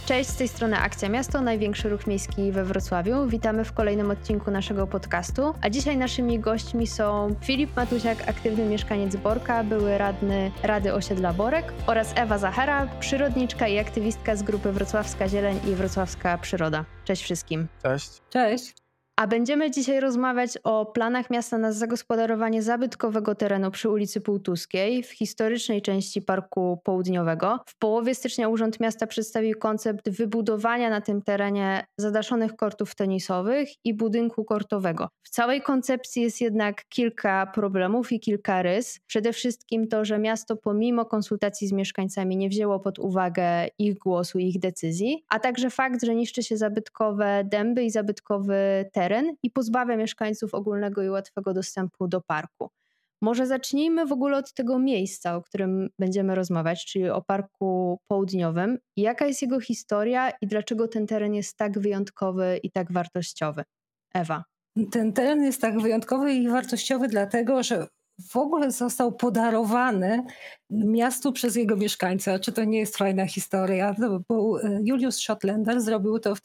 Cześć, z tej strony Akcja Miasto, największy ruch miejski we Wrocławiu. Witamy w kolejnym odcinku naszego podcastu, a dzisiaj naszymi gośćmi są Filip Matusiak, aktywny mieszkaniec Borka, były radny Rady Osiedla Borek, oraz Ewa Zachera, przyrodniczka i aktywistka z grupy Wrocławska Zieleń i Wrocławska Przyroda. Cześć wszystkim. Cześć. Cześć. A będziemy dzisiaj rozmawiać o planach miasta na zagospodarowanie zabytkowego terenu przy ulicy Półtuskiej w historycznej części Parku Południowego. W połowie stycznia Urząd Miasta przedstawił koncept wybudowania na tym terenie zadaszonych kortów tenisowych i budynku kortowego. W całej koncepcji jest jednak kilka problemów i kilka rys. Przede wszystkim to, że miasto pomimo konsultacji z mieszkańcami nie wzięło pod uwagę ich głosu i ich decyzji, a także fakt, że niszczy się zabytkowe dęby i zabytkowy teren i pozbawia mieszkańców ogólnego i łatwego dostępu do parku. Może zacznijmy w ogóle od tego miejsca, o którym będziemy rozmawiać, czyli o Parku Południowym. Jaka jest jego historia i dlaczego ten teren jest tak wyjątkowy i tak wartościowy? Ewa. Ten teren jest tak wyjątkowy i wartościowy dlatego, że w ogóle został podarowany miastu przez jego mieszkańca. Czy to nie jest fajna historia? To był Julius Schottlaender, zrobił to w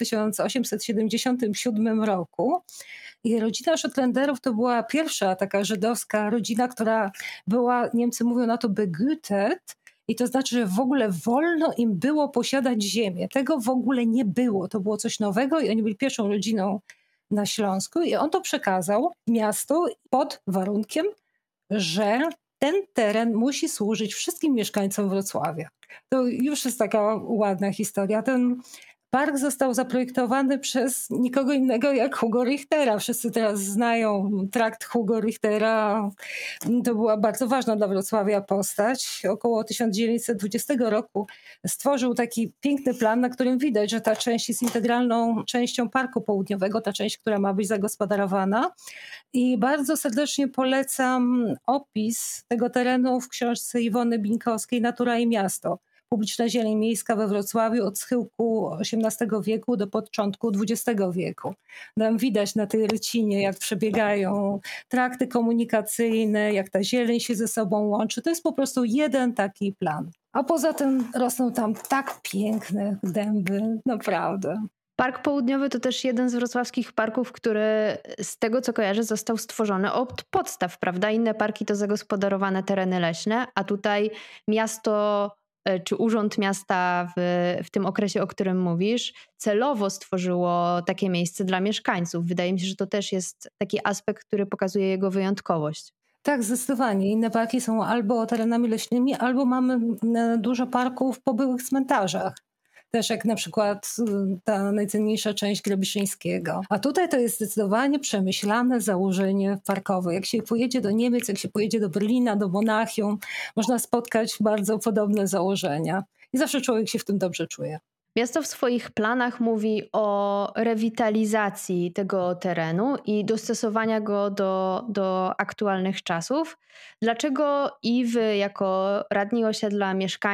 1877 roku. I rodzina Schottlanderów to była pierwsza taka żydowska rodzina, która była, Niemcy mówią na to begütet, i to znaczy, że w ogóle wolno im było posiadać ziemię. Tego w ogóle nie było. To było coś nowego i oni byli pierwszą rodziną na Śląsku i on to przekazał miastu pod warunkiem, że ten teren musi służyć wszystkim mieszkańcom Wrocławia. To już jest taka ładna historia. Ten park został zaprojektowany przez nikogo innego jak Hugo Richtera. Wszyscy teraz znają trakt Hugo Richtera. To była bardzo ważna dla Wrocławia postać. Około 1920 roku stworzył taki piękny plan, na którym widać, że ta część jest integralną częścią Parku Południowego, ta część, która ma być zagospodarowana. I bardzo serdecznie polecam opis tego terenu w książce Iwony Binkowskiej Natura i miasto. Publiczna zieleń miejska we Wrocławiu od schyłku XVIII wieku do początku XX wieku. Tam widać na tej rycinie, jak przebiegają trakty komunikacyjne, jak ta zieleń się ze sobą łączy. To jest po prostu jeden taki plan. A poza tym rosną tam tak piękne dęby, naprawdę. Park Południowy to też jeden z wrocławskich parków, który z tego co kojarzę został stworzony od podstaw, prawda? Inne parki to zagospodarowane tereny leśne, a tutaj miasto czy Urząd Miasta w tym okresie, o którym mówisz, celowo stworzyło takie miejsce dla mieszkańców. Wydaje mi się, że to też jest taki aspekt, który pokazuje jego wyjątkowość. Tak, zdecydowanie. Inne parki są albo terenami leśnymi, albo mamy dużo parków po byłych cmentarzach. Też jak na przykład ta najcenniejsza część Grabiszyńskiego. A tutaj to jest zdecydowanie przemyślane założenie parkowe. Jak się pojedzie do Niemiec, jak się pojedzie do Berlina, do Monachium, można spotkać bardzo podobne założenia. I zawsze człowiek się w tym dobrze czuje. Miasto w swoich planach mówi o rewitalizacji tego terenu i dostosowania go do aktualnych czasów. Dlaczego i wy jako radni osiedla,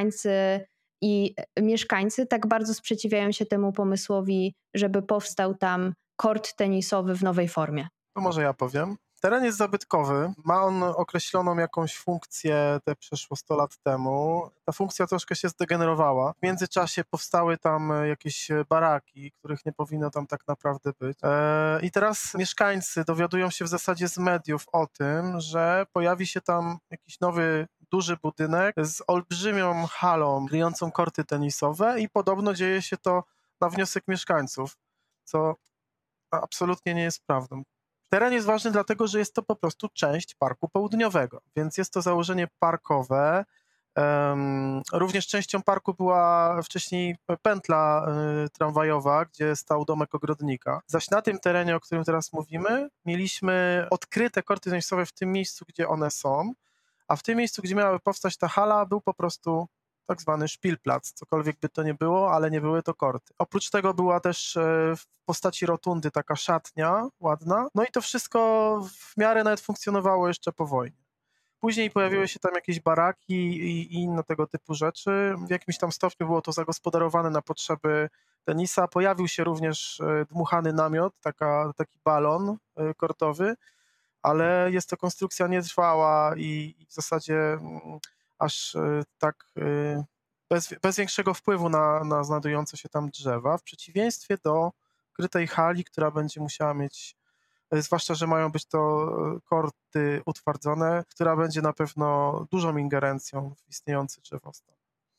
mieszkańcy tak bardzo sprzeciwiają się temu pomysłowi, żeby powstał tam kort tenisowy w nowej formie? To może ja powiem. Teren jest zabytkowy, ma on określoną jakąś funkcję te przeszło 100 lat temu. Ta funkcja troszkę się zdegenerowała. W międzyczasie powstały tam jakieś baraki, których nie powinno tam tak naprawdę być. I teraz mieszkańcy dowiadują się w zasadzie z mediów o tym, że pojawi się tam jakiś nowy, duży budynek z olbrzymią halą kryjącą korty tenisowe i podobno dzieje się to na wniosek mieszkańców, co absolutnie nie jest prawdą. Teren jest ważny dlatego, że jest to po prostu część Parku Południowego, więc jest to założenie parkowe. Również częścią parku była wcześniej pętla tramwajowa, gdzie stał domek ogrodnika. Zaś na tym terenie, o którym teraz mówimy, mieliśmy odkryte korty tenisowe w tym miejscu, gdzie one są, a w tym miejscu, gdzie miała powstać ta hala, był po prostu tak zwany szpilplac, cokolwiek by to nie było, ale nie były to korty. Oprócz tego była też w postaci rotundy taka szatnia ładna, no i to wszystko w miarę nawet funkcjonowało jeszcze po wojnie. Później pojawiły się tam jakieś baraki i inne tego typu rzeczy. W jakimś tam stopniu było to zagospodarowane na potrzeby tenisa. Pojawił się również dmuchany namiot, taki balon kortowy, ale jest to konstrukcja nietrwała i w zasadzie aż tak bez większego wpływu na znajdujące się tam drzewa, w przeciwieństwie do krytej hali, która będzie musiała mieć, zwłaszcza, że mają być to korty utwardzone, która będzie na pewno dużą ingerencją w istniejący drzewostan.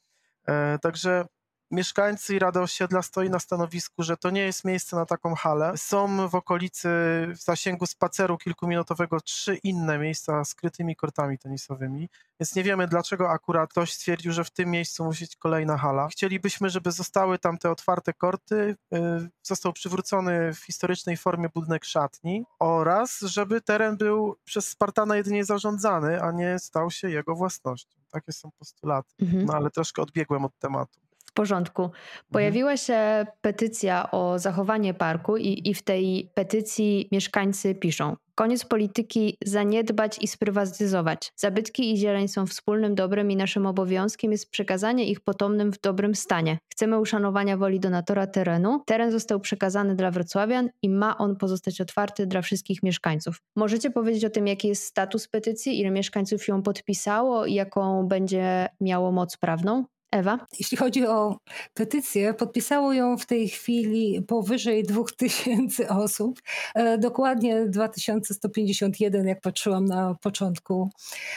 Także mieszkańcy i Rada Osiedla stoi na stanowisku, że to nie jest miejsce na taką halę. Są w okolicy, w zasięgu spaceru kilkuminutowego 3 inne miejsca z krytymi kortami tenisowymi, więc nie wiemy, dlaczego akurat ktoś stwierdził, że w tym miejscu musi być kolejna hala. Chcielibyśmy, żeby zostały tam te otwarte korty, został przywrócony w historycznej formie budynek szatni oraz żeby teren był przez Spartana jedynie zarządzany, a nie stał się jego własnością. Takie są postulaty. No ale troszkę odbiegłem od tematu. W porządku. Pojawiła się petycja o zachowanie parku i w tej petycji mieszkańcy piszą: koniec polityki zaniedbać i sprywatyzować. Zabytki i zieleń są wspólnym dobrem i naszym obowiązkiem jest przekazanie ich potomnym w dobrym stanie. Chcemy uszanowania woli donatora terenu. Teren został przekazany dla wrocławian i ma on pozostać otwarty dla wszystkich mieszkańców. Możecie powiedzieć o tym, jaki jest status petycji, ile mieszkańców ją podpisało i jaką będzie miało moc prawną? Ewa? Jeśli chodzi o petycję, podpisało ją w tej chwili powyżej 2000 osób. Dokładnie 2151, jak patrzyłam na początku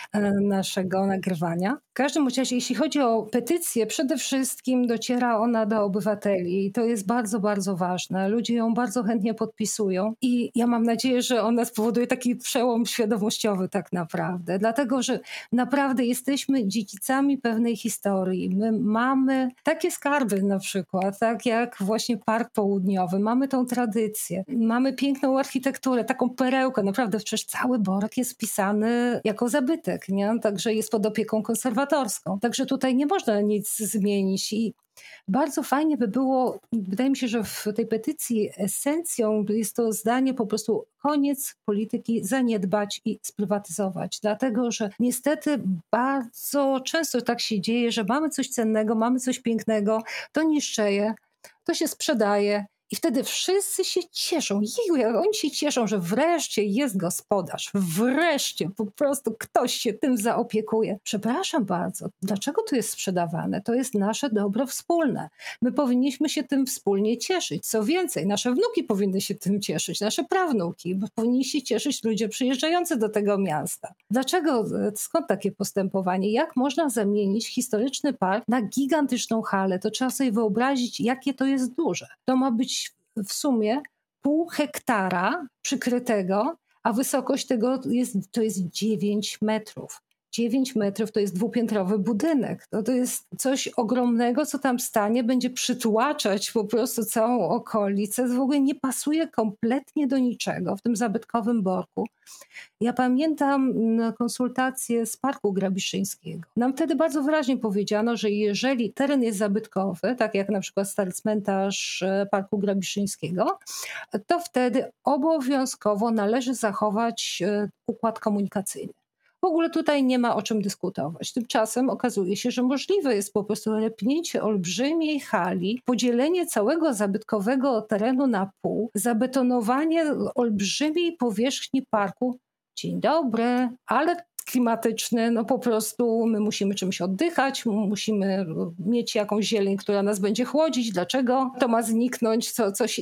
naszego nagrywania. W każdym razie, jeśli chodzi o petycję, przede wszystkim dociera ona do obywateli i to jest bardzo, bardzo ważne. Ludzie ją bardzo chętnie podpisują i ja mam nadzieję, że ona spowoduje taki przełom świadomościowy tak naprawdę. Dlatego, że naprawdę jesteśmy dziedzicami pewnej historii. My mamy takie skarby na przykład, tak jak właśnie Park Południowy. Mamy tą tradycję. Mamy piękną architekturę, taką perełkę. Naprawdę przecież cały Borek jest wpisany jako zabytek, nie? Także jest pod opieką konserwatorską. Także tutaj nie można nic zmienić i bardzo fajnie by było, wydaje mi się, że w tej petycji esencją jest to zdanie po prostu koniec polityki zaniedbać i sprywatyzować. Dlatego, że niestety bardzo często tak się dzieje, że mamy coś cennego, mamy coś pięknego, to niszczeje, to się sprzedaje. I wtedy wszyscy się cieszą. Jeju, jak oni się cieszą, że wreszcie jest gospodarz. Wreszcie po prostu ktoś się tym zaopiekuje. Przepraszam bardzo, dlaczego to jest sprzedawane? To jest nasze dobro wspólne. My powinniśmy się tym wspólnie cieszyć. Co więcej, nasze wnuki powinny się tym cieszyć, nasze prawnuki, bo powinni się cieszyć ludzie przyjeżdżający do tego miasta. Dlaczego? Skąd takie postępowanie? Jak można zamienić historyczny park na gigantyczną halę? To trzeba sobie wyobrazić, jakie to jest duże. To ma być w sumie 0,5 hektara przykrytego, a wysokość tego to jest 9 metrów. 9 metrów to jest dwupiętrowy budynek. To jest coś ogromnego, co tam stanie, będzie przytłaczać po prostu całą okolicę. W ogóle nie pasuje kompletnie do niczego w tym zabytkowym Borku. Ja pamiętam konsultacje z Parku Grabiszyńskiego. Nam wtedy bardzo wyraźnie powiedziano, że jeżeli teren jest zabytkowy, tak jak na przykład stary cmentarz Parku Grabiszyńskiego, to wtedy obowiązkowo należy zachować układ komunikacyjny. W ogóle tutaj nie ma o czym dyskutować. Tymczasem okazuje się, że możliwe jest po prostu lepnięcie olbrzymiej hali, podzielenie całego zabytkowego terenu na pół, zabetonowanie olbrzymiej powierzchni parku. Dzień dobry, ale klimatyczny, no po prostu my musimy czymś oddychać, musimy mieć jakąś zieleń, która nas będzie chłodzić. Dlaczego to ma zniknąć?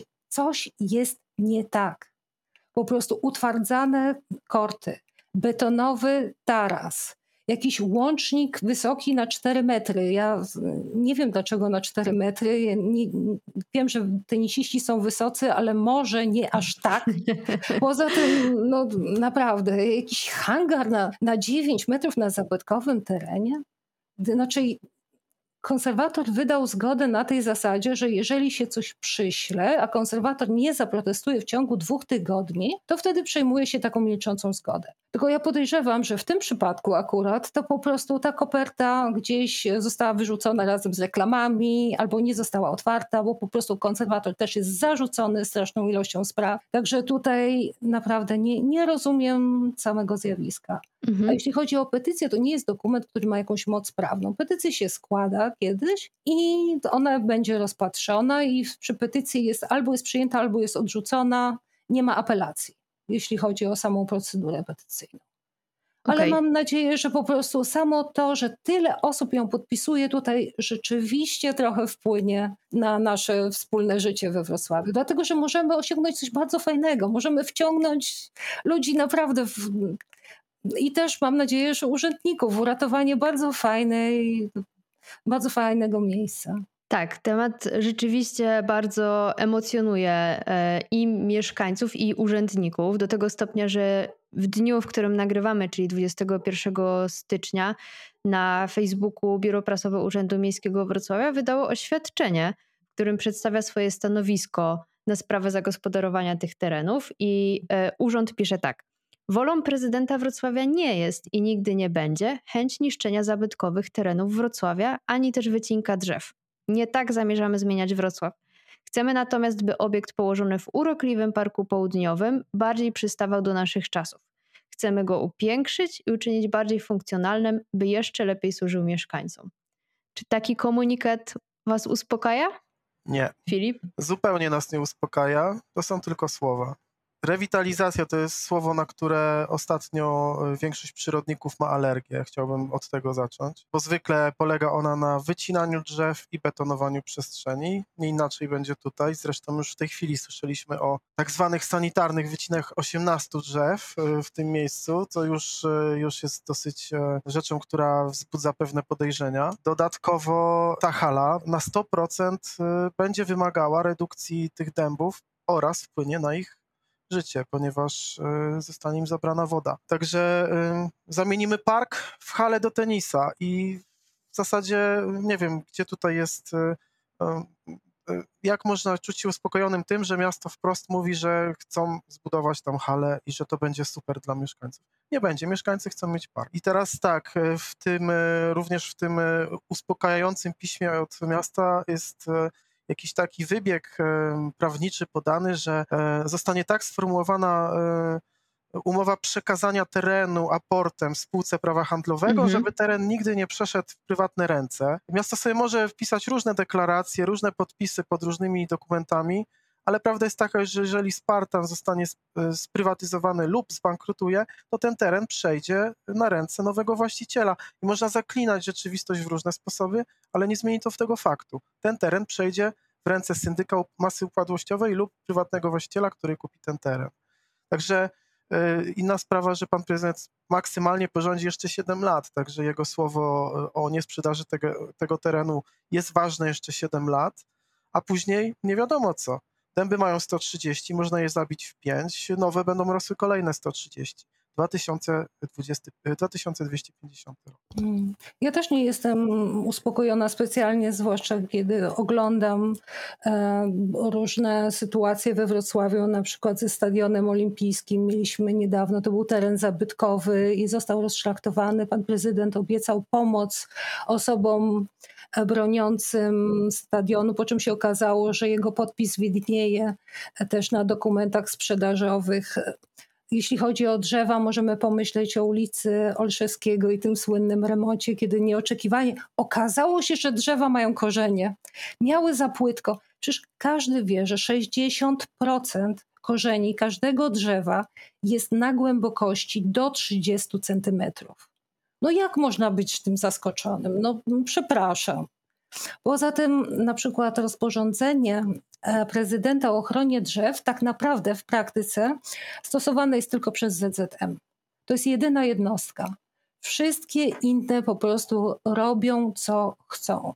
Coś jest nie tak. Po prostu utwardzane korty. Betonowy taras, jakiś łącznik wysoki na 4 metry. Ja nie wiem dlaczego na 4 metry. Wiem, że tenisiści są wysocy, ale może nie aż tak. Poza tym, no naprawdę, jakiś hangar na 9 metrów na zabytkowym terenie. Znaczy, konserwator wydał zgodę na tej zasadzie, że jeżeli się coś przyśle, a konserwator nie zaprotestuje w ciągu 2 tygodni, to wtedy przejmuje się taką milczącą zgodę. Tylko ja podejrzewam, że w tym przypadku akurat to po prostu ta koperta gdzieś została wyrzucona razem z reklamami albo nie została otwarta, bo po prostu konserwator też jest zarzucony straszną ilością spraw. Także tutaj naprawdę nie rozumiem samego zjawiska. A jeśli chodzi o petycję, to nie jest dokument, który ma jakąś moc prawną. Petycję się składa kiedyś i ona będzie rozpatrzona i przy petycji albo jest przyjęta, albo jest odrzucona. Nie ma apelacji, jeśli chodzi o samą procedurę petycyjną. ale Okej. mam nadzieję, że po prostu samo to, że tyle osób ją podpisuje tutaj rzeczywiście trochę wpłynie na nasze wspólne życie we Wrocławiu. Dlatego, że możemy osiągnąć coś bardzo fajnego. Możemy wciągnąć ludzi naprawdę i też mam nadzieję, że urzędników w uratowanie bardzo fajnego miejsca. Tak, temat rzeczywiście bardzo emocjonuje i mieszkańców, i urzędników, do tego stopnia, że w dniu, w którym nagrywamy, czyli 21 stycznia, na Facebooku Biuro Prasowe Urzędu Miejskiego Wrocławia wydało oświadczenie, w którym przedstawia swoje stanowisko na sprawę zagospodarowania tych terenów i urząd pisze tak. Wolą prezydenta Wrocławia nie jest i nigdy nie będzie chęć niszczenia zabytkowych terenów Wrocławia, ani też wycinka drzew. Nie tak zamierzamy zmieniać Wrocław. Chcemy natomiast, by obiekt położony w urokliwym Parku Południowym bardziej przystawał do naszych czasów. Chcemy go upiększyć i uczynić bardziej funkcjonalnym, by jeszcze lepiej służył mieszkańcom. Czy taki komunikat was uspokaja? Nie, Filip? zupełnie nas nie uspokaja. To są tylko słowa. Rewitalizacja to jest słowo, na które ostatnio większość przyrodników ma alergię. Chciałbym od tego zacząć, bo zwykle polega ona na wycinaniu drzew i betonowaniu przestrzeni. Nie inaczej będzie tutaj. Zresztą już w tej chwili słyszeliśmy o tak zwanych sanitarnych wycinach 18 drzew w tym miejscu, co już jest dosyć rzeczą, która wzbudza pewne podejrzenia. Dodatkowo ta hala na 100% będzie wymagała redukcji tych dębów oraz wpłynie na ich życie, ponieważ zostanie im zabrana woda. Także zamienimy park w halę do tenisa i w zasadzie nie wiem, gdzie tutaj jest, jak można czuć się uspokojonym tym, że miasto wprost mówi, że chcą zbudować tam halę i że to będzie super dla mieszkańców. Nie będzie, mieszkańcy chcą mieć park. I teraz tak, również w tym uspokajającym piśmie od miasta jest jakiś taki wybieg prawniczy podany, że zostanie tak sformułowana umowa przekazania terenu aportem spółce prawa handlowego, żeby teren nigdy nie przeszedł w prywatne ręce. Miasto sobie może wpisać różne deklaracje, różne podpisy pod różnymi dokumentami, ale prawda jest taka, że jeżeli Spartan zostanie sprywatyzowany lub zbankrutuje, to ten teren przejdzie na ręce nowego właściciela. I można zaklinać rzeczywistość w różne sposoby, ale nie zmieni to tego faktu. Ten teren przejdzie w ręce syndyka masy upadłościowej lub prywatnego właściciela, który kupi ten teren. Także inna sprawa, że pan prezydent maksymalnie porządzi jeszcze 7 lat, także jego słowo o niesprzedaży tego terenu jest ważne jeszcze 7 lat, a później nie wiadomo co. Dęby mają 130, można je zabić w 5, nowe będą rosły kolejne 130. 2250 rok. Ja też nie jestem uspokojona specjalnie, zwłaszcza kiedy oglądam różne sytuacje we Wrocławiu, na przykład ze Stadionem Olimpijskim. Mieliśmy niedawno, to był teren zabytkowy i został rozszlachtowany. Pan prezydent obiecał pomoc osobom broniącym stadionu, po czym się okazało, że jego podpis widnieje też na dokumentach sprzedażowych. Jeśli chodzi o drzewa, możemy pomyśleć o ulicy Olszewskiego i tym słynnym remoncie, kiedy nieoczekiwanie okazało się, że drzewa mają korzenie. Miały za płytko. Przecież każdy wie, że 60% korzeni każdego drzewa jest na głębokości do 30 centymetrów. No jak można być tym zaskoczonym? No przepraszam. Poza tym na przykład rozporządzenie prezydenta o ochronie drzew tak naprawdę w praktyce stosowane jest tylko przez ZZM. To jest jedyna jednostka. Wszystkie inne po prostu robią co chcą.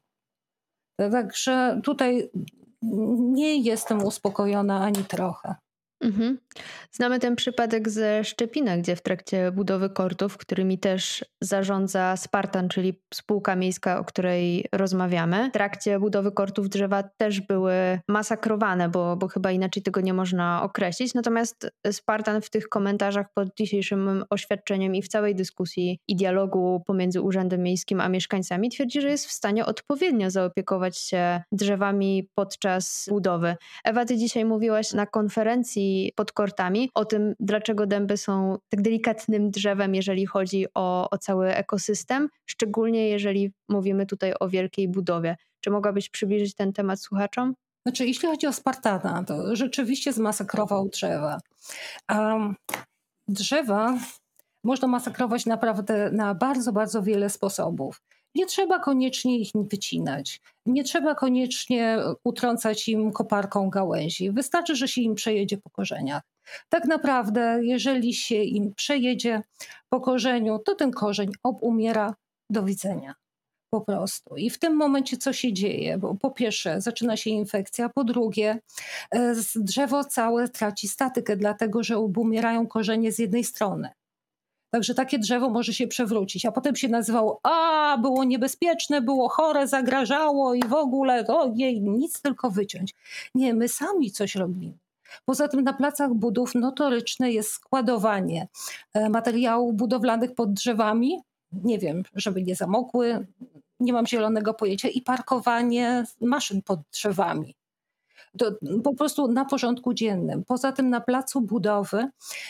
Także tutaj nie jestem uspokojona ani trochę. Znamy ten przypadek ze Szczepina, gdzie w trakcie budowy kortów, którymi też zarządza Spartan, czyli spółka miejska, o której rozmawiamy, w trakcie budowy kortów drzewa też były masakrowane, bo chyba inaczej tego nie można określić. Natomiast Spartan w tych komentarzach pod dzisiejszym oświadczeniem i w całej dyskusji i dialogu pomiędzy Urzędem Miejskim a mieszkańcami twierdzi, że jest w stanie odpowiednio zaopiekować się drzewami podczas budowy. Ewa, ty dzisiaj mówiłaś na konferencji pod kortami o tym, dlaczego dęby są tak delikatnym drzewem, jeżeli chodzi o cały ekosystem, szczególnie jeżeli mówimy tutaj o wielkiej budowie. Czy mogłabyś przybliżyć ten temat słuchaczom? Znaczy, jeśli chodzi o Spartana, to rzeczywiście zmasakrował drzewa. A drzewa Można masakrować naprawdę na bardzo, bardzo wiele sposobów. Nie trzeba koniecznie ich wycinać. Nie trzeba koniecznie utrącać im koparką gałęzi. Wystarczy, że się im przejedzie po korzeniach. Tak naprawdę, jeżeli się im przejedzie po korzeniu, to ten korzeń obumiera. Do widzenia. Po prostu. I w tym momencie co się dzieje? Bo po pierwsze zaczyna się infekcja, po drugie drzewo całe traci statykę, dlatego że obumierają korzenie z jednej strony. Także takie drzewo może się przewrócić, a potem się nazywało, było niebezpieczne, było chore, zagrażało i w ogóle, ojej, nic tylko wyciąć. Nie, my sami coś robimy. Poza tym na placach budów notoryczne jest składowanie materiałów budowlanych pod drzewami, nie wiem, żeby nie zamokły, nie mam zielonego pojęcia, i parkowanie maszyn pod drzewami. To po prostu na porządku dziennym. Poza tym na placu budowy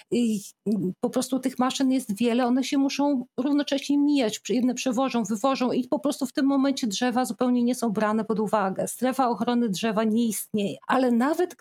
po prostu tych maszyn jest wiele, one się muszą równocześnie mijać. Jedne przewożą, wywożą i po prostu w tym momencie drzewa zupełnie nie są brane pod uwagę. Strefa ochrony drzewa nie istnieje. Ale nawet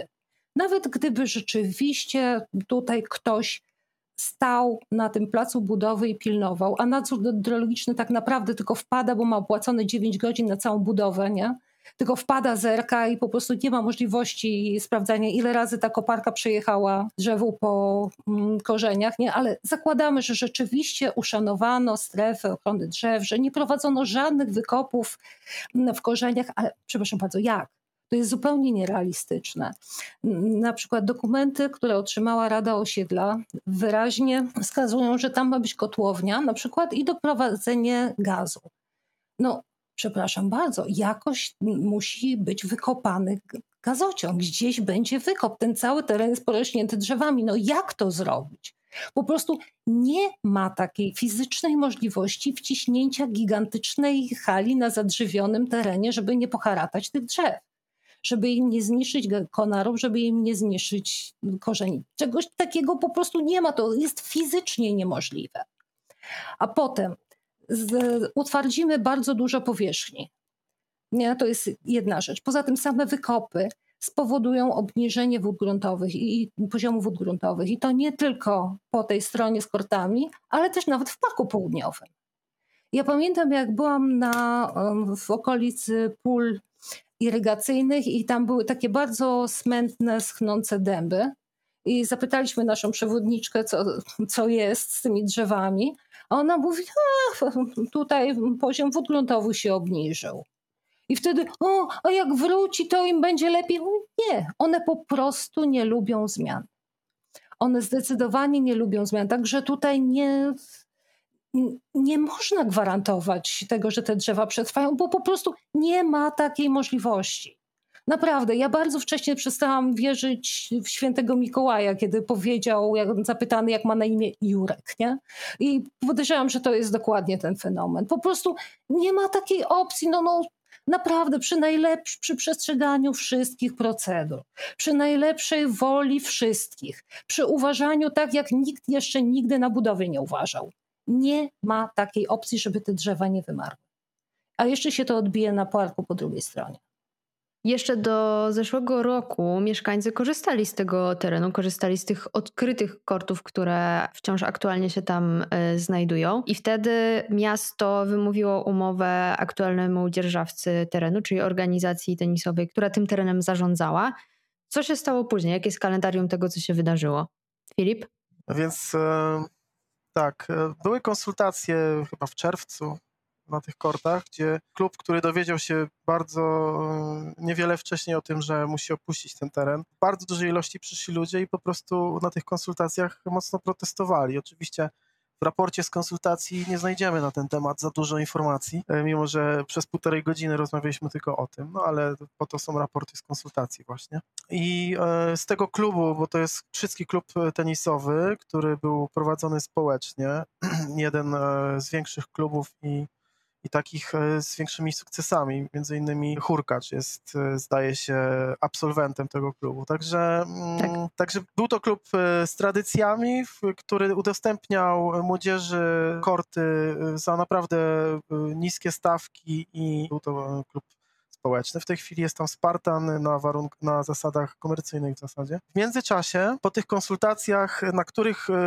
gdyby rzeczywiście tutaj ktoś stał na tym placu budowy i pilnował, a nadzór hydrologiczny tak naprawdę tylko wpada, bo ma opłacone 9 godzin na całą budowę, nie? Tylko wpada, zerka i po prostu nie ma możliwości sprawdzania, ile razy ta koparka przejechała drzewu po korzeniach, nie? Ale zakładamy, że rzeczywiście uszanowano strefę ochrony drzew, że nie prowadzono żadnych wykopów w korzeniach, ale przepraszam bardzo, jak? To jest zupełnie nierealistyczne. Na przykład dokumenty, które otrzymała Rada Osiedla, wyraźnie wskazują, że tam ma być kotłownia na przykład i doprowadzenie gazu. No, przepraszam bardzo, jakoś musi być wykopany gazociąg. Gdzieś będzie wykop. Ten cały teren jest porośnięty drzewami. No jak to zrobić? Po prostu nie ma takiej fizycznej możliwości wciśnięcia gigantycznej hali na zadrzewionym terenie, żeby nie poharatać tych drzew, żeby im nie zniszczyć konarów, żeby im nie zniszczyć korzeni. Czegoś takiego po prostu nie ma, to jest fizycznie niemożliwe. A potem utwardzimy bardzo dużo powierzchni. Nie? To jest jedna rzecz. Poza tym same wykopy spowodują obniżenie wód gruntowych i poziomu wód gruntowych. I to nie tylko po tej stronie z kortami, ale też nawet w Parku Południowym. Ja pamiętam, jak byłam w okolicy pól irygacyjnych i tam były takie bardzo smętne, schnące dęby. I zapytaliśmy naszą przewodniczkę, co jest z tymi drzewami. A ona mówi, tutaj poziom wód gruntowych się obniżył. I wtedy, a jak wróci, to im będzie lepiej. Nie, one po prostu nie lubią zmian. One zdecydowanie nie lubią zmian. Także tutaj nie można gwarantować tego, że te drzewa przetrwają, bo po prostu nie ma takiej możliwości. Naprawdę, ja bardzo wcześnie przestałam wierzyć w świętego Mikołaja, kiedy powiedział, zapytany, jak ma na imię Jurek, nie? I podejrzewam, że to jest dokładnie ten fenomen. Po prostu nie ma takiej opcji, naprawdę przy przestrzeganiu wszystkich procedur, przy najlepszej woli wszystkich, przy uważaniu tak, jak nikt jeszcze nigdy na budowie nie uważał. Nie ma takiej opcji, żeby te drzewa nie wymarły. A jeszcze się to odbije na parku po drugiej stronie. Jeszcze do zeszłego roku mieszkańcy korzystali z tego terenu, korzystali z tych odkrytych kortów, które wciąż aktualnie się tam znajdują. I wtedy miasto wymówiło umowę aktualnemu dzierżawcy terenu, czyli organizacji tenisowej, która tym terenem zarządzała. Co się stało później? Jakie jest kalendarium tego, co się wydarzyło? Filip? Więc tak, były konsultacje chyba w czerwcu na tych kortach, gdzie klub, który dowiedział się bardzo niewiele wcześniej o tym, że musi opuścić ten teren, w bardzo dużej ilości przyszli ludzie i po prostu na tych konsultacjach mocno protestowali. Oczywiście w raporcie z konsultacji nie znajdziemy na ten temat za dużo informacji, mimo że przez 1,5 godziny rozmawialiśmy tylko o tym, ale po to są raporty z konsultacji właśnie. I z tego klubu, bo to jest Krzycki Klub Tenisowy, który był prowadzony społecznie, jeden z większych klubów i takich z większymi sukcesami, między innymi Hurkacz jest, zdaje się, absolwentem tego klubu. Także był to klub z tradycjami, który udostępniał młodzieży korty za naprawdę niskie stawki i był to klub społeczny. W tej chwili jest tam Spartan na zasadach komercyjnych w zasadzie. W międzyczasie, po tych konsultacjach, na których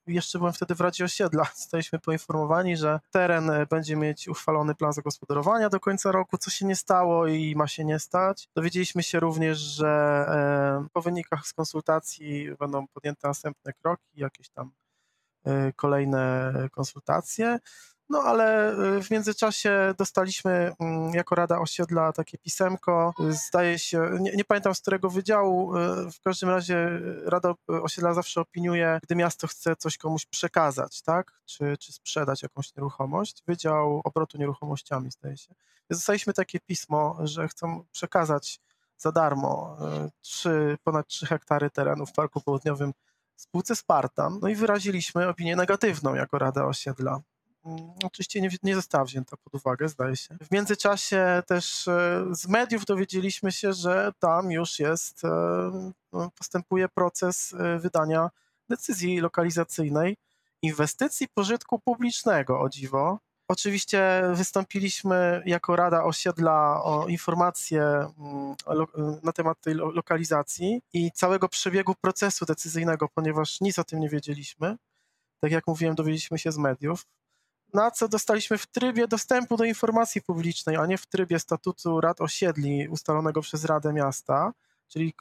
jeszcze byłem wtedy w Radzie Osiedla, zostaliśmy poinformowani, że teren będzie mieć uchwalony plan zagospodarowania do końca roku, co się nie stało i ma się nie stać. Dowiedzieliśmy się również, że po wynikach z konsultacji będą podjęte następne kroki, jakieś tam kolejne konsultacje. No ale w międzyczasie dostaliśmy jako Rada Osiedla takie pisemko, zdaje się, nie pamiętam z którego wydziału, w każdym razie Rada Osiedla zawsze opiniuje, gdy miasto chce coś komuś przekazać, tak, czy sprzedać jakąś nieruchomość, Wydział Obrotu Nieruchomościami, zdaje się. Dostaliśmy takie pismo, że chcą przekazać za darmo ponad 3 hektary terenu w Parku Południowym spółce Spartan, no i wyraziliśmy opinię negatywną jako Rada Osiedla. Oczywiście nie została wzięta pod uwagę, zdaje się. W międzyczasie też z mediów dowiedzieliśmy się, że tam już postępuje proces wydania decyzji lokalizacyjnej inwestycji pożytku publicznego, o dziwo. Oczywiście wystąpiliśmy jako Rada Osiedla o informację na temat tej lokalizacji i całego przebiegu procesu decyzyjnego, ponieważ nic o tym nie wiedzieliśmy. Tak jak mówiłem, dowiedzieliśmy się z mediów. Na co dostaliśmy w trybie dostępu do informacji publicznej, a nie w trybie statutu rad osiedli ustalonego przez Radę Miasta, czyli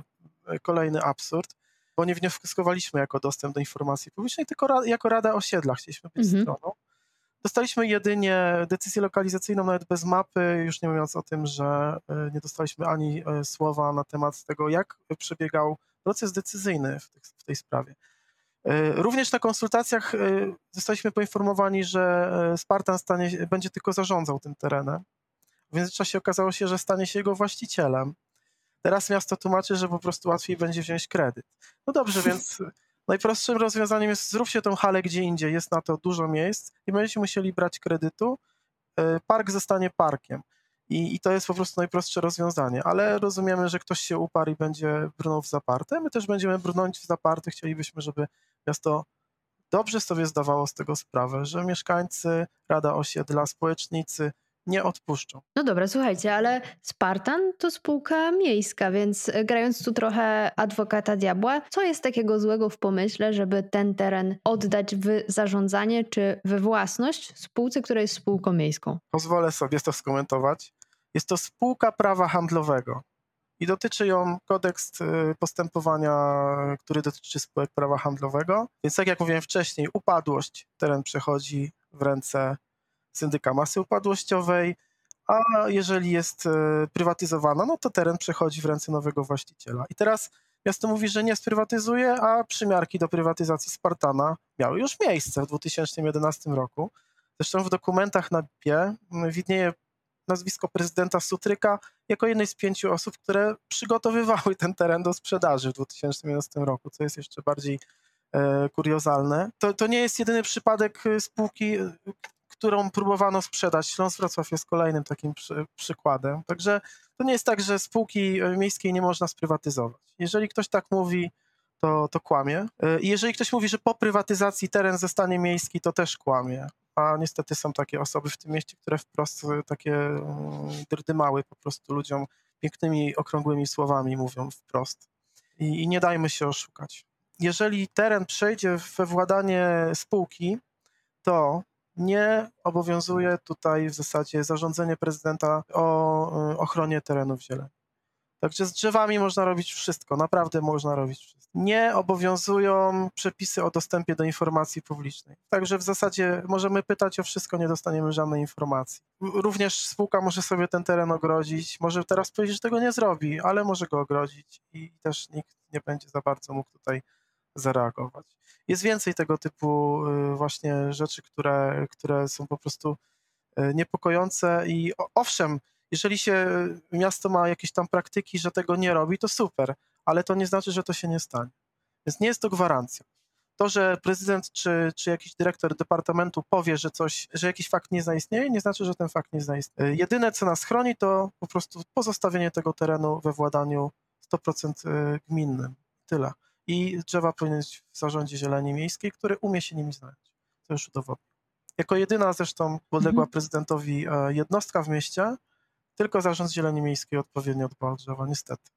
kolejny absurd, bo nie wnioskowaliśmy jako dostęp do informacji publicznej, tylko jako Rada Osiedla chcieliśmy być stroną. Dostaliśmy jedynie decyzję lokalizacyjną, nawet bez mapy, już nie mówiąc o tym, że nie dostaliśmy ani słowa na temat tego, jak przebiegał proces decyzyjny w tej sprawie. Również na konsultacjach zostaliśmy poinformowani, że Spartan będzie tylko zarządzał tym terenem. W międzyczasie okazało się, że stanie się jego właścicielem. Teraz miasto tłumaczy, że po prostu łatwiej będzie wziąć kredyt. No dobrze, więc najprostszym rozwiązaniem jest zróbcie tą halę gdzie indziej, jest na to dużo miejsc, nie będziecie musieli brać kredytu, park zostanie parkiem. I to jest po prostu najprostsze rozwiązanie, ale rozumiemy, że ktoś się uparł i będzie brnął w zaparte. My też będziemy brnąć w zaparte. Chcielibyśmy, żeby miasto dobrze sobie zdawało z tego sprawę, że mieszkańcy, Rada Osiedla, społecznicy nie odpuszczą. No dobra, słuchajcie, ale Spartan to spółka miejska, więc grając tu trochę adwokata diabła, co jest takiego złego w pomyśle, żeby ten teren oddać w zarządzanie czy we własność spółce, która jest spółką miejską? Pozwolę sobie to skomentować. Jest to spółka prawa handlowego i dotyczy ją kodeks postępowania, który dotyczy spółek prawa handlowego. Więc tak jak mówiłem wcześniej, upadłość, teren przechodzi w ręce syndyka masy upadłościowej, a jeżeli jest prywatyzowana, no to teren przechodzi w ręce nowego właściciela. I teraz miasto mówi, że nie sprywatyzuje, a przymiarki do prywatyzacji Spartana miały już miejsce w 2011 roku. Zresztą w dokumentach na BIP widnieje nazwisko prezydenta Sutryka jako jednej z 5 osób, które przygotowywały ten teren do sprzedaży w 2011 roku, co jest jeszcze bardziej kuriozalne. To nie jest jedyny przypadek spółki, którą próbowano sprzedać. Śląsk Wrocław jest kolejnym takim przykładem. Także to nie jest tak, że spółki miejskiej nie można sprywatyzować. Jeżeli ktoś tak mówi, to kłamie. I jeżeli ktoś mówi, że po prywatyzacji teren zostanie miejski, to też kłamie. A niestety są takie osoby w tym mieście, które wprost takie drdymały po prostu ludziom pięknymi, okrągłymi słowami mówią wprost. I nie dajmy się oszukać. Jeżeli teren przejdzie we władanie spółki, to nie obowiązuje tutaj w zasadzie zarządzenie prezydenta o ochronie terenów zieleni. Także z drzewami można robić wszystko, naprawdę można robić wszystko. Nie obowiązują przepisy o dostępie do informacji publicznej. Także w zasadzie możemy pytać o wszystko, nie dostaniemy żadnej informacji. Również spółka może sobie ten teren ogrodzić, może teraz powiedzieć, że tego nie zrobi, ale może go ogrodzić i też nikt nie będzie za bardzo mógł tutaj zareagować. Jest więcej tego typu właśnie rzeczy, które są po prostu niepokojące i owszem, jeżeli miasto ma jakieś tam praktyki, że tego nie robi, to super, ale to nie znaczy, że to się nie stanie. Więc nie jest to gwarancja. To, że prezydent czy jakiś dyrektor departamentu powie, że jakiś fakt nie zaistnieje, nie znaczy, że ten fakt nie zaistnieje. Jedyne, co nas chroni, to po prostu pozostawienie tego terenu we władaniu 100% gminnym. Tyle. I drzewa powinny być w zarządzie zieleni miejskiej, który umie się nimi zająć. To już udowodnię. Jako jedyna zresztą podległa prezydentowi jednostka w mieście, tylko Zarząd Zieleni Miejskiej odpowiednio dba o drzewa, niestety.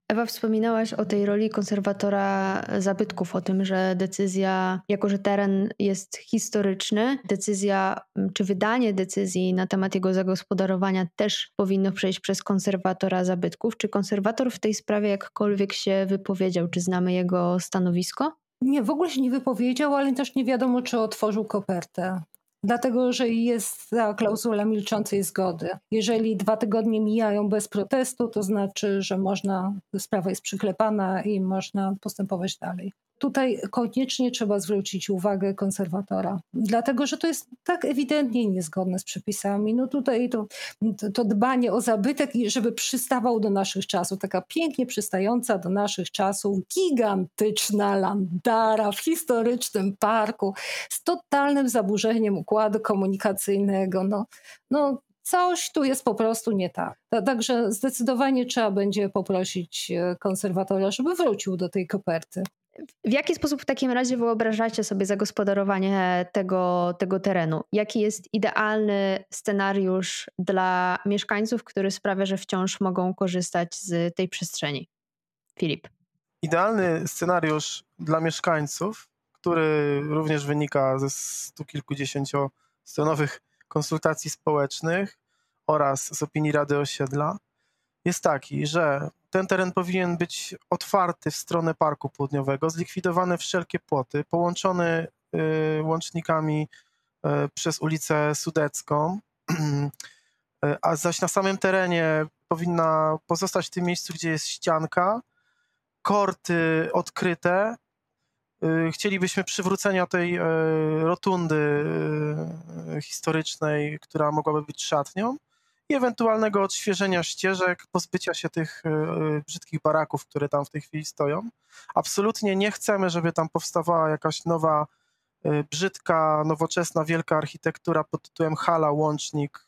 Ewa, wspominałaś o tej roli konserwatora zabytków, o tym, że decyzja, jako że teren jest historyczny, decyzja czy wydanie decyzji na temat jego zagospodarowania też powinno przejść przez konserwatora zabytków. Czy konserwator w tej sprawie jakkolwiek się wypowiedział? Czy znamy jego stanowisko? Nie, w ogóle się nie wypowiedział, ale też nie wiadomo, czy otworzył kopertę. Dlatego, że jest ta klauzula milczącej zgody. Jeżeli 2 tygodnie mijają bez protestu, to znaczy, że sprawa jest przyklepana i można postępować dalej. Tutaj koniecznie trzeba zwrócić uwagę konserwatora, dlatego że to jest tak ewidentnie niezgodne z przepisami. No tutaj to dbanie o zabytek, żeby przystawał do naszych czasów, taka pięknie przystająca do naszych czasów, gigantyczna landara w historycznym parku z totalnym zaburzeniem układu komunikacyjnego. No coś tu jest po prostu nie tak. Także zdecydowanie trzeba będzie poprosić konserwatora, żeby wrócił do tej koperty. W jaki sposób w takim razie wyobrażacie sobie zagospodarowanie tego terenu? Jaki jest idealny scenariusz dla mieszkańców, który sprawia, że wciąż mogą korzystać z tej przestrzeni? Filip. Idealny scenariusz dla mieszkańców, który również wynika ze 100 kilkudziesięciostronowych konsultacji społecznych oraz z opinii Rady Osiedla, jest taki, że ten teren powinien być otwarty w stronę Parku Południowego, zlikwidowane wszelkie płoty, połączony łącznikami przez ulicę Sudecką, a zaś na samym terenie powinna pozostać w tym miejscu, gdzie jest ścianka, korty odkryte. Chcielibyśmy przywrócenia tej rotundy historycznej, która mogłaby być szatnią, i ewentualnego odświeżenia ścieżek, pozbycia się tych brzydkich baraków, które tam w tej chwili stoją. Absolutnie nie chcemy, żeby tam powstawała jakaś nowa, brzydka, nowoczesna, wielka architektura pod tytułem hala, łącznik,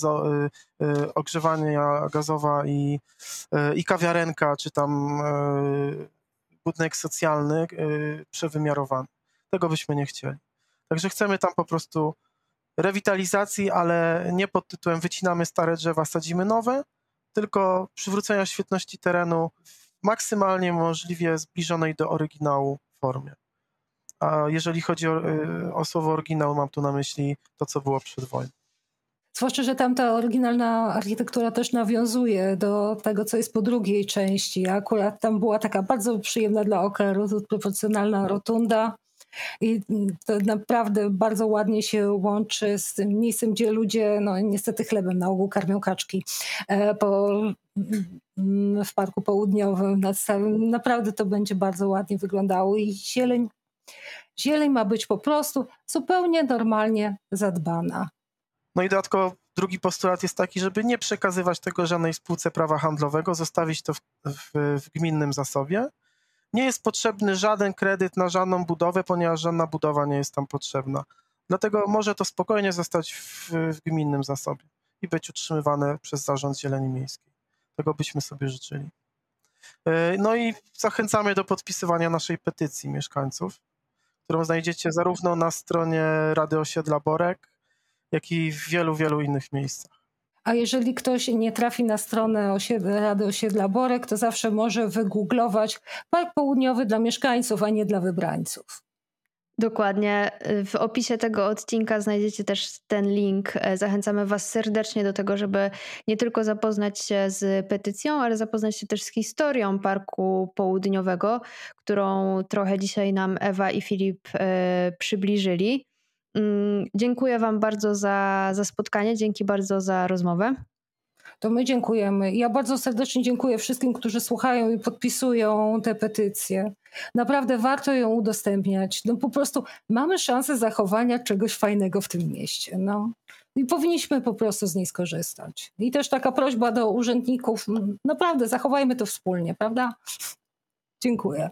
ogrzewania gazowa i kawiarenka, czy tam budynek socjalny przewymiarowany. Tego byśmy nie chcieli. Także chcemy tam po prostu rewitalizacji, ale nie pod tytułem wycinamy stare drzewa, sadzimy nowe, tylko przywrócenia świetności terenu w maksymalnie możliwie zbliżonej do oryginału formie. A jeżeli chodzi o słowo oryginał, mam tu na myśli to, co było przed wojną. Zwłaszcza, że tamta oryginalna architektura też nawiązuje do tego, co jest po drugiej części. Akurat tam była taka bardzo przyjemna dla oka proporcjonalna rotunda. I to naprawdę bardzo ładnie się łączy z tym miejscem, gdzie ludzie, no niestety chlebem na ogół karmią kaczki w Parku Południowym. Naprawdę to będzie bardzo ładnie wyglądało i zieleń ma być po prostu zupełnie normalnie zadbana. No i dodatkowo drugi postulat jest taki, żeby nie przekazywać tego żadnej spółce prawa handlowego, zostawić to w gminnym zasobie. Nie jest potrzebny żaden kredyt na żadną budowę, ponieważ żadna budowa nie jest tam potrzebna. Dlatego może to spokojnie zostać w gminnym zasobie i być utrzymywane przez Zarząd Zieleni Miejskiej. Tego byśmy sobie życzyli. No i zachęcamy do podpisywania naszej petycji mieszkańców, którą znajdziecie zarówno na stronie Rady Osiedla Borek, jak i w wielu, wielu innych miejscach. A jeżeli ktoś nie trafi na stronę Rady Osiedla Borek, to zawsze może wygooglować Park Południowy dla mieszkańców, a nie dla wybrańców. Dokładnie. W opisie tego odcinka znajdziecie też ten link. Zachęcamy Was serdecznie do tego, żeby nie tylko zapoznać się z petycją, ale zapoznać się też z historią Parku Południowego, którą trochę dzisiaj nam Ewa i Filip przybliżyli. Dziękuję Wam bardzo za spotkanie, dzięki bardzo za rozmowę. To my dziękujemy. Ja bardzo serdecznie dziękuję wszystkim, którzy słuchają i podpisują tę petycję. Naprawdę warto ją udostępniać. No po prostu mamy szansę zachowania czegoś fajnego w tym mieście. No. I powinniśmy po prostu z niej skorzystać. I też taka prośba do urzędników, naprawdę zachowajmy to wspólnie, prawda? Dziękuję.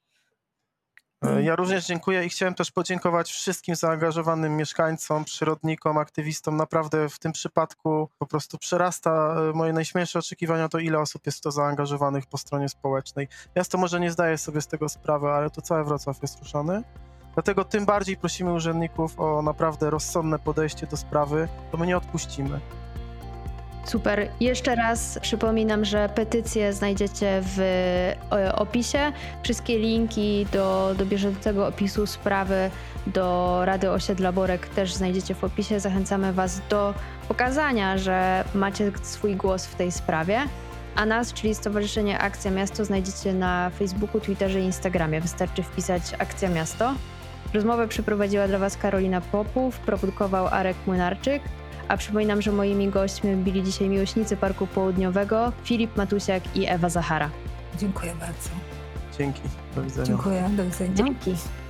Ja również dziękuję i chciałem też podziękować wszystkim zaangażowanym mieszkańcom, przyrodnikom, aktywistom. Naprawdę w tym przypadku po prostu przerasta moje najśmielsze oczekiwania to, ile osób jest w to zaangażowanych po stronie społecznej. Miasto może nie zdaje sobie z tego sprawy, ale to cały Wrocław jest ruszony. Dlatego tym bardziej prosimy urzędników o naprawdę rozsądne podejście do sprawy, to my nie odpuścimy. Super. Jeszcze raz przypominam, że petycję znajdziecie w opisie. Wszystkie linki do bieżącego opisu sprawy, do Rady Osiedla Borek też znajdziecie w opisie. Zachęcamy Was do pokazania, że macie swój głos w tej sprawie. A nas, czyli Stowarzyszenie Akcja Miasto, znajdziecie na Facebooku, Twitterze i Instagramie. Wystarczy wpisać Akcja Miasto. Rozmowę przeprowadziła dla Was Karolina Popów, produkował Arek Młynarczyk. A przypominam, że moimi gośćmi byli dzisiaj miłośnicy Parku Południowego, Filip Matusiak i Ewa Zachara. Dziękuję bardzo. Dzięki, do widzenia. Dziękuję, do widzenia. Dzięki.